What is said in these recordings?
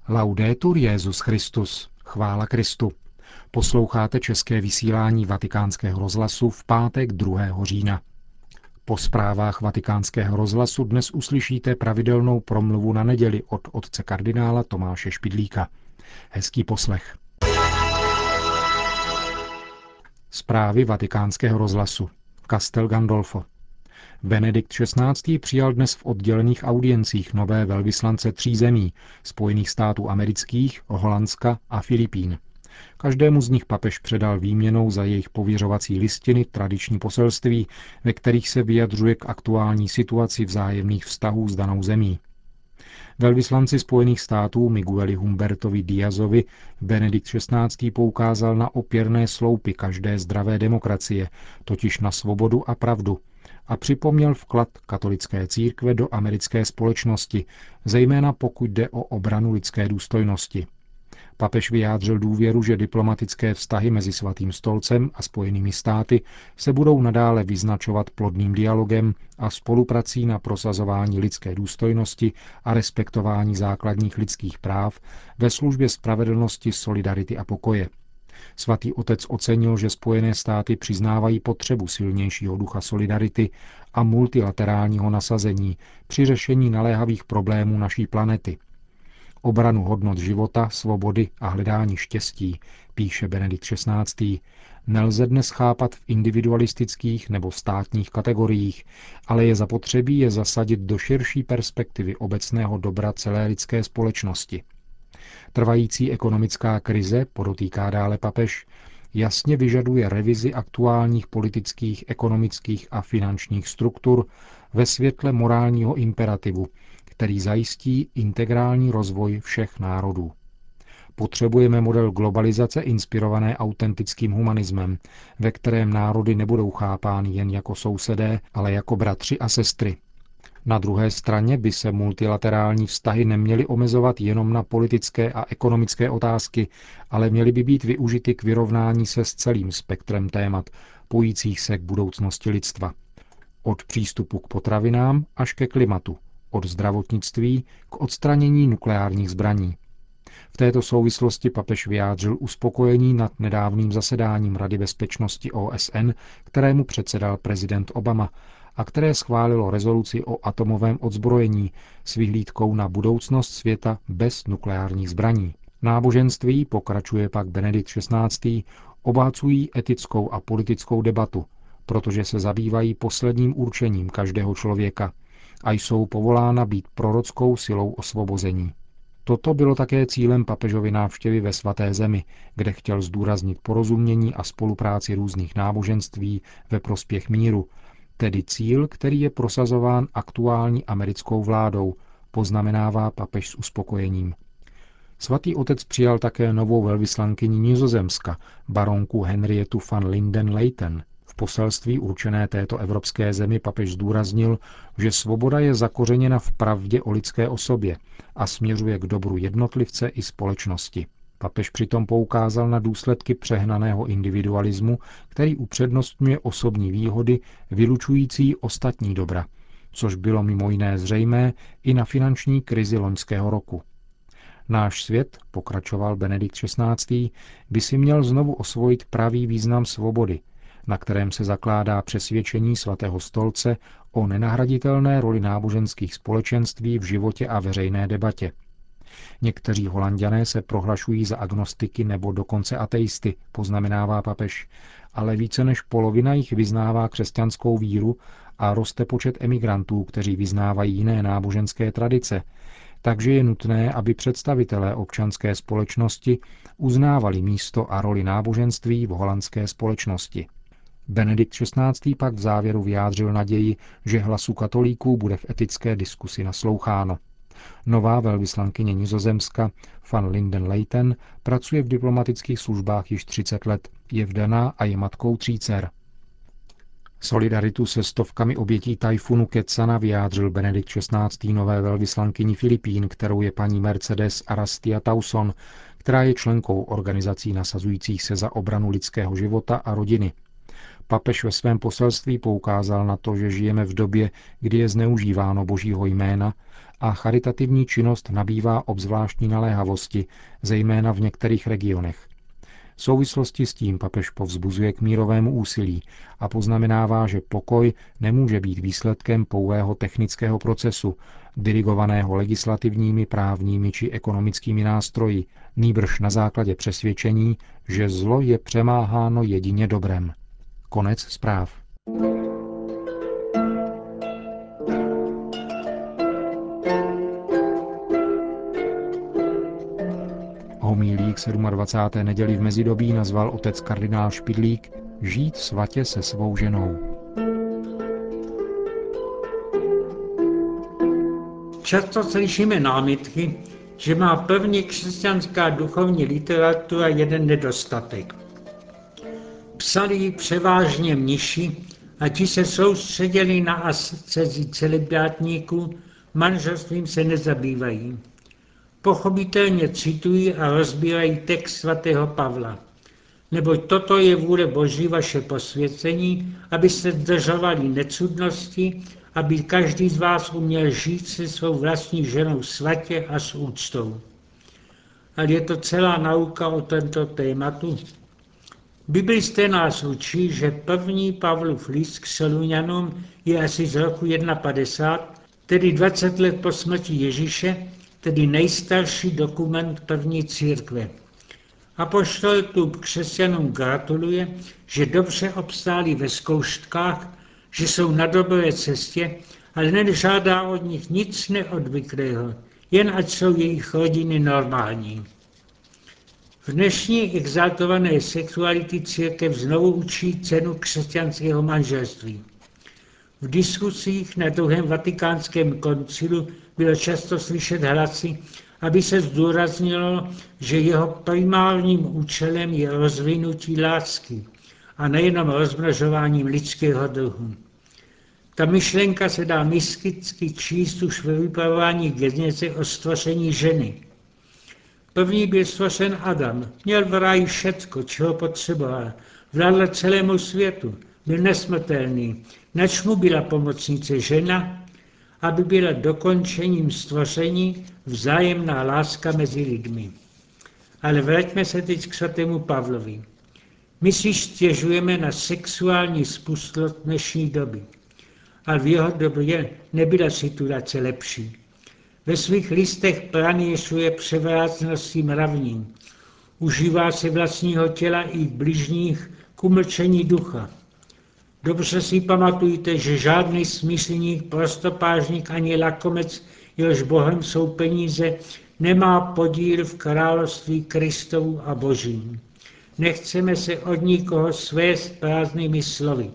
Laudetur Jesus Christus. Chvála Kristu. Posloucháte české vysílání Vatikánského rozhlasu v pátek 2. října. Po zprávách Vatikánského rozhlasu dnes uslyšíte pravidelnou promluvu na neděli od otce kardinála Tomáše Špidlíka. Hezký poslech. Zprávy Vatikánského rozhlasu. Castel Gandolfo. Benedikt XVI. Přijal dnes v oddělených audiencích nové velvyslance 3 zemí, Spojených států amerických, Holandska a Filipín. Každému z nich papež předal výměnou za jejich pověřovací listiny tradiční poselství, ve kterých se vyjadřuje k aktuální situaci vzájemných vztahů s danou zemí. Velvyslanci Spojených států Migueli Humbertovi Díazovi Benedikt XVI. Poukázal na opěrné sloupy každé zdravé demokracie, totiž na svobodu a pravdu, a připomněl vklad katolické církve do americké společnosti, zejména pokud jde o obranu lidské důstojnosti. Papež vyjádřil důvěru, že diplomatické vztahy mezi Svatým stolcem a Spojenými státy se budou nadále vyznačovat plodným dialogem a spoluprací na prosazování lidské důstojnosti a respektování základních lidských práv ve službě spravedlnosti, solidarity a pokoje. Svatý otec ocenil, že Spojené státy přiznávají potřebu silnějšího ducha solidarity a multilaterálního nasazení při řešení naléhavých problémů naší planety. Obranu hodnot života, svobody a hledání štěstí, píše Benedikt XVI., nelze dnes chápat v individualistických nebo státních kategoriích, ale je zapotřebí je zasadit do širší perspektivy obecného dobra celé lidské společnosti. Trvající ekonomická krize, podotýká dále papež, jasně vyžaduje revizi aktuálních politických, ekonomických a finančních struktur ve světle morálního imperativu, který zajistí integrální rozvoj všech národů. Potřebujeme model globalizace inspirované autentickým humanismem, ve kterém národy nebudou chápány jen jako sousedé, ale jako bratři a sestry. Na druhé straně by se multilaterální vztahy neměly omezovat jenom na politické a ekonomické otázky, ale měly by být využity k vyrovnání se s celým spektrem témat, pojících se k budoucnosti lidstva. Od přístupu k potravinám až ke klimatu, od zdravotnictví k odstranění nukleárních zbraní. V této souvislosti papež vyjádřil uspokojení nad nedávným zasedáním Rady bezpečnosti OSN, kterému předsedal prezident Obama, a které schválilo rezoluci o atomovém odzbrojení s vyhlídkou na budoucnost světa bez nukleárních zbraní. Náboženství, pokračuje pak Benedikt XVI., obohacují etickou a politickou debatu, protože se zabývají posledním určením každého člověka a jsou povolána být prorockou silou osvobození. Toto bylo také cílem papežovy návštěvy ve Svaté zemi, kde chtěl zdůraznit porozumění a spolupráci různých náboženství ve prospěch míru, tedy cíl, který je prosazován aktuální americkou vládou, poznamenává papež s uspokojením. Svatý otec přijal také novou velvyslankyni Nizozemska, baronku Henrietu van Linden-Leyten. V poselství určené této evropské zemi papež zdůraznil, že svoboda je zakořeněna v pravdě o lidské osobě a směřuje k dobru jednotlivce i společnosti. Papež přitom poukázal na důsledky přehnaného individualismu, který upřednostňuje osobní výhody vylučující ostatní dobra, což bylo mimo jiné zřejmé i na finanční krizi loňského roku. Náš svět, pokračoval Benedikt XVI., by si měl znovu osvojit pravý význam svobody, na kterém se zakládá přesvědčení Svatého stolce o nenahraditelné roli náboženských společenství v životě a veřejné debatě. Někteří Holanďané se prohlašují za agnostiky nebo dokonce ateisty, poznamenává papež, ale více než polovina jich vyznává křesťanskou víru a roste počet emigrantů, kteří vyznávají jiné náboženské tradice, takže je nutné, aby představitelé občanské společnosti uznávali místo a roli náboženství v holandské společnosti. Benedikt XVI. Pak v závěru vyjádřil naději, že hlasu katolíků bude v etické diskusi nasloucháno. Nová velvyslankyně Nizozemska van Linden-Leyten pracuje v diplomatických službách již 30 let, je vdaná a je matkou 3 dcer. Solidaritu se stovkami obětí tajfunu Ketsana vyjádřil Benedikt XVI. Nové velvyslankyni Filipín, kterou je paní Mercedes Arastia Tauson, která je členkou organizací nasazujících se za obranu lidského života a rodiny. Papež ve svém poselství poukázal na to, že žijeme v době, kdy je zneužíváno Božího jména a charitativní činnost nabývá obzvláštní naléhavosti, zejména v některých regionech. V souvislosti s tím papež povzbuzuje k mírovému úsilí a poznamenává, že pokoj nemůže být výsledkem pouhého technického procesu, dirigovaného legislativními, právními či ekonomickými nástroji, nýbrž na základě přesvědčení, že zlo je přemáháno jedině dobrem. Konec zpráv. Homilí k 27. neděli v mezidobí nazval otec kardinál Špidlík žít svatě se svou ženou. Často slyšíme námitky, že má první křesťanská duchovní literatura jeden nedostatek. Psali ji převážně mniši a ti se soustředili na ascezi celibátníků, manželstvím se nezabývají. Pochopitelně citují a rozbírají text svatého Pavla. Neboť toto je vůle Boží vaše posvěcení, abyste zdržovali necudnosti, aby každý z vás uměl žít se svou vlastní ženou svatě a s úctou. Ale je to celá nauka o tomto tématu. Biblisté nás učí, že první Pavlův list k Solunianům je asi z roku 51, tedy 20 let po smrti Ježíše, tedy nejstarší dokument první církve. Apoštol tu křesťanům gratuluje, že dobře obstáli ve zkouškách, že jsou na dobré cestě, ale nežádá od nich nic neodvyklého, jen ať jsou jejich rodiny normální. V dnešní exaltované sexuality církev znovu učí cenu křesťanského manželství. V diskusích na druhém vatikánském koncilu bylo často slyšet hlasy, aby se zdůraznilo, že jeho primárním účelem je rozvinutí lásky a nejenom rozmnožováním lidského druhu. Ta myšlenka se dá mysticky číst už ve vypravování Geneze o stvoření ženy. První byl stvořen Adam, měl v ráji všecko, čeho potřeboval, vládl celému světu, byl nesmrtelný, nač mu byla pomocnice žena, aby byla dokončením stvoření vzájemná láska mezi lidmi. Ale vraťme se teď k svatému Pavlovi. My si stěžujeme na sexuální spustlost dnešní doby, ale v jeho době nebyla situace lepší. Ve svých listech praněšuje převrácnosti mravním. Užívá se vlastního těla i bližních k umlčení ducha. Dobře si pamatujte, že žádný smyslník, prostopážník ani lakomec, jehož Bohem jsou peníze, nemá podíl v království Kristovu a Božím. Nechceme se od nikoho svést prázdnými slovy.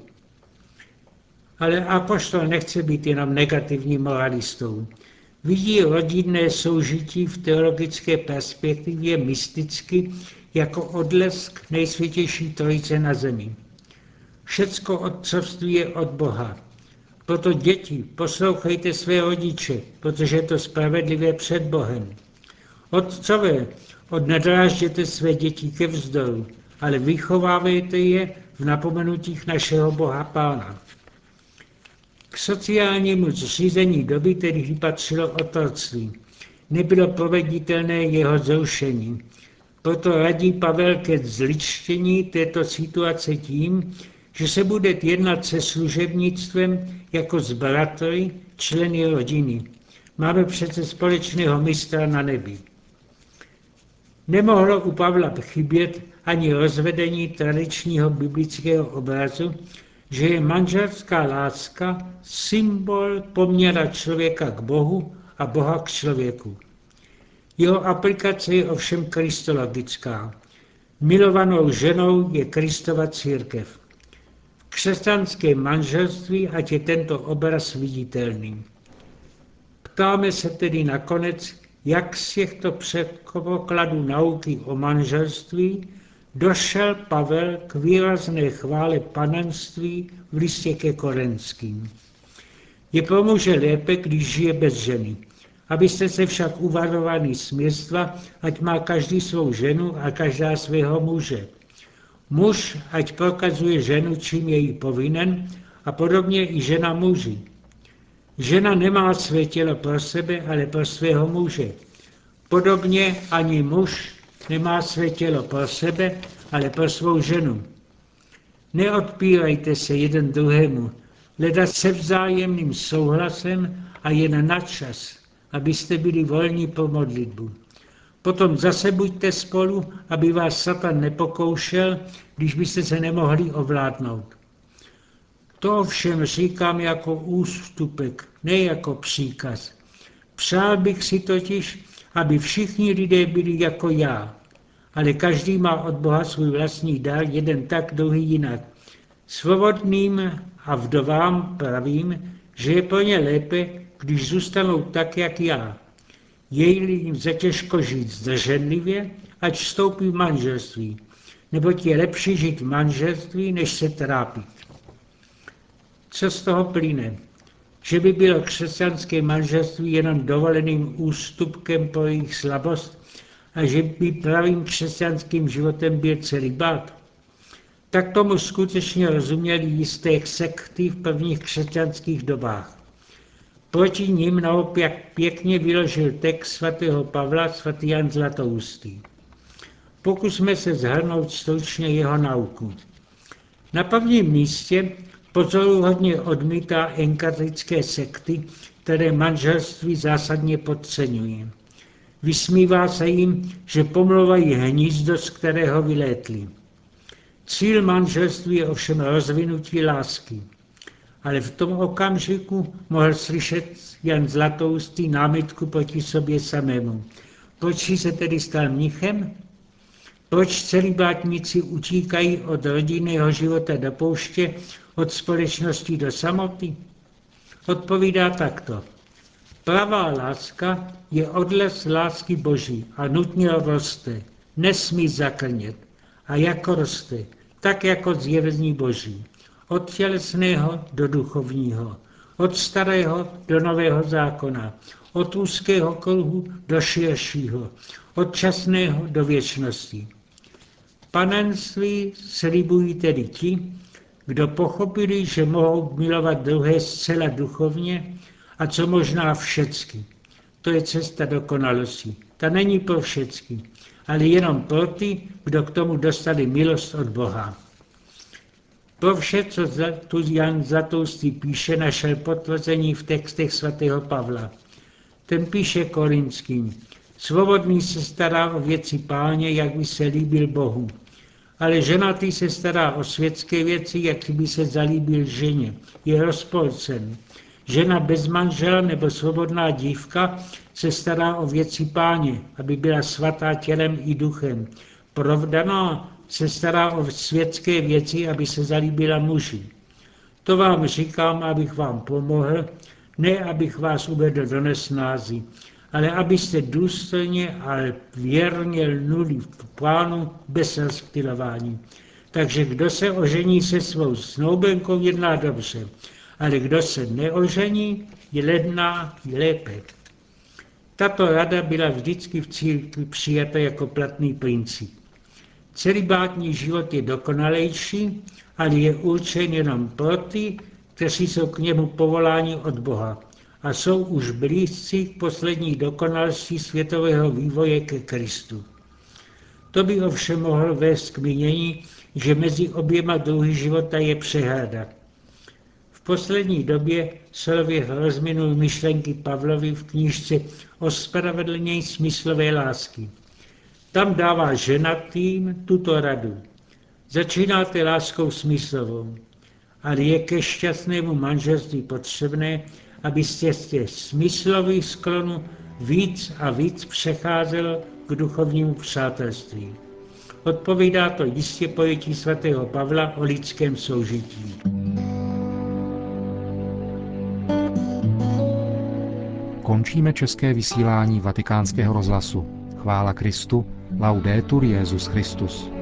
Ale apoštol nechce být jenom negativním moralistou. Vidí rodinné soužití v teologické perspektivě mysticky jako odlesk nejsvětější trojice na zemi. Všecko otcovství je od Boha. Proto děti, poslouchejte své rodiče, protože je to spravedlivé před Bohem. Otcové, odnadrážděte své děti ke vzdoru, ale vychovávejte je v napomenutích našeho Boha Pána. K sociálnímu zřízení doby tedy patřilo otroctví. Nebylo proveditelné jeho zrušení. Proto radí Pavel ke zličtění této situace tím, že se bude jednat se služebnictvem jako s bratry, členy rodiny. Máme přece společného mistra na nebi. Nemohlo u Pavla chybět ani rozvedení tradičního biblického obrazu, že je manželská láska symbol poměra člověka k Bohu a Boha k člověku. Jeho aplikace je ovšem kristologická. Milovanou ženou je Kristova církev. V křesťanském manželství ať je tento obraz viditelný. Ptáme se tedy nakonec, jak z těchto předpokladů nauky o manželství došel Pavel k výrazné chvále panenství v listě ke Korinským. Je pro muže lépe, když žije bez ženy. Abyste se však uvarovali směstva, ať má každý svou ženu a každá svého muže. Muž ať prokazuje ženu, čím je jí povinen, a podobně i žena muži. Žena nemá své tělo pro sebe, ale pro svého muže. Podobně ani muž nemá své tělo pro sebe, ale pro svou ženu. Neodpírajte se jeden druhému, leda se vzájemným souhlasem a jen na čas, abyste byli volní pro modlitbu. Potom zase buďte spolu, aby vás Satan nepokoušel, když byste se nemohli ovládnout. To ovšem říkám jako ústupek, ne jako příkaz. Přál bych si totiž, aby všichni lidé byli jako já, ale každý má od Boha svůj vlastní dar, jeden tak, druhý jinak. Svobodným a vdovám pravím, že je pro ně lépe, když zůstanou tak, jak já. Je-li jim zatěžko žít zdrženlivě, ať vstoupí v manželství, neboť je lepší žít v manželství, než se trápit. Co z toho plyne? Že by bylo křesťanské manželství jenom dovoleným ústupkem pro jejich slabost a že by pravým křesťanským životem byl celibát? Tak tomu skutečně rozuměli jisté sekty v prvních křesťanských dobách. Proti nim naopak pěkně vyložil text svatého Pavla svatý Jan Zlatoustý. Pokusme se shrnout stručně jeho nauku. Na prvním místě pozoruhodně odmítá enkatolické sekty, které manželství zásadně podceňují. Vysmívá se jim, že pomlouvají hnízdo, z kterého vylétli. Cíl manželství je ovšem rozvinutí lásky. Ale v tom okamžiku mohl slyšet Jan Zlatoustý námitku proti sobě samému. Proč se tedy stal mnichem? Proč celibátníci utíkají od rodinného života do pouště, od společnosti do samoty? Odpovídá takto. Pravá láska je odles lásky Boží a nutně roste, nesmí zakrnět. A jako roste, tak jako zjevení Boží. Od tělesného do duchovního, od starého do nového zákona, od úzkého kruhu do širšího, od časného do věčnosti. Panenství slibují tedy ti, kdo pochopili, že mohou milovat druhé zcela duchovně a co možná všecky. To je cesta dokonalosti. Ta není pro všecky, ale jenom pro ty, kdo k tomu dostali milost od Boha. Pro vše, co tu Jan Zlatoustý píše, našel potvrzení v textech svatého Pavla. Ten píše Korinským. Svobodný se stará o věci Páně, jak by se líbil Bohu. Ale ženatý se stará o světské věci, jak by se zalíbil ženě. Je rozpolcen. Žena bez manžela nebo svobodná dívka se stará o věci Páně, aby byla svatá tělem i duchem. Provdaná se stará o světské věci, aby se zalíbila muži. To vám říkám, abych vám pomohl, ne abych vás uvedl do nesnázy, ale abyste důstojně a věrně lnuli v Pánu bez rozptylování. Takže kdo se ožení se svou snoubenkou, jedná dobře, ale kdo se neožení, je ledná lépe. Tato rada byla vždycky v církvi přijata jako platný princip. Celibátní život je dokonalejší, ale je určen jenom pro ty, kteří jsou k němu povoláni od Boha a jsou už blízcí k poslední dokonalosti světového vývoje ke Kristu. To by ovšem mohlo vést k mínění, že mezi oběma druhy života je přehrada. V poslední době člověk rozminul myšlenky Pavlovy v knížce Ospravedlnění smyslové lásky. Tam dává ženatým tuto radu. Začínáte láskou smyslovou, ale je ke šťastnému manželství potřebné, abyste z těch smyslových sklonů víc a víc přecházelo k duchovnímu přátelství. Odpovídá to jistě pojetí svatého Pavla o lidském soužití. Končíme české vysílání Vatikánského rozhlasu. Chvála Kristu, laudetur Jesus Christus.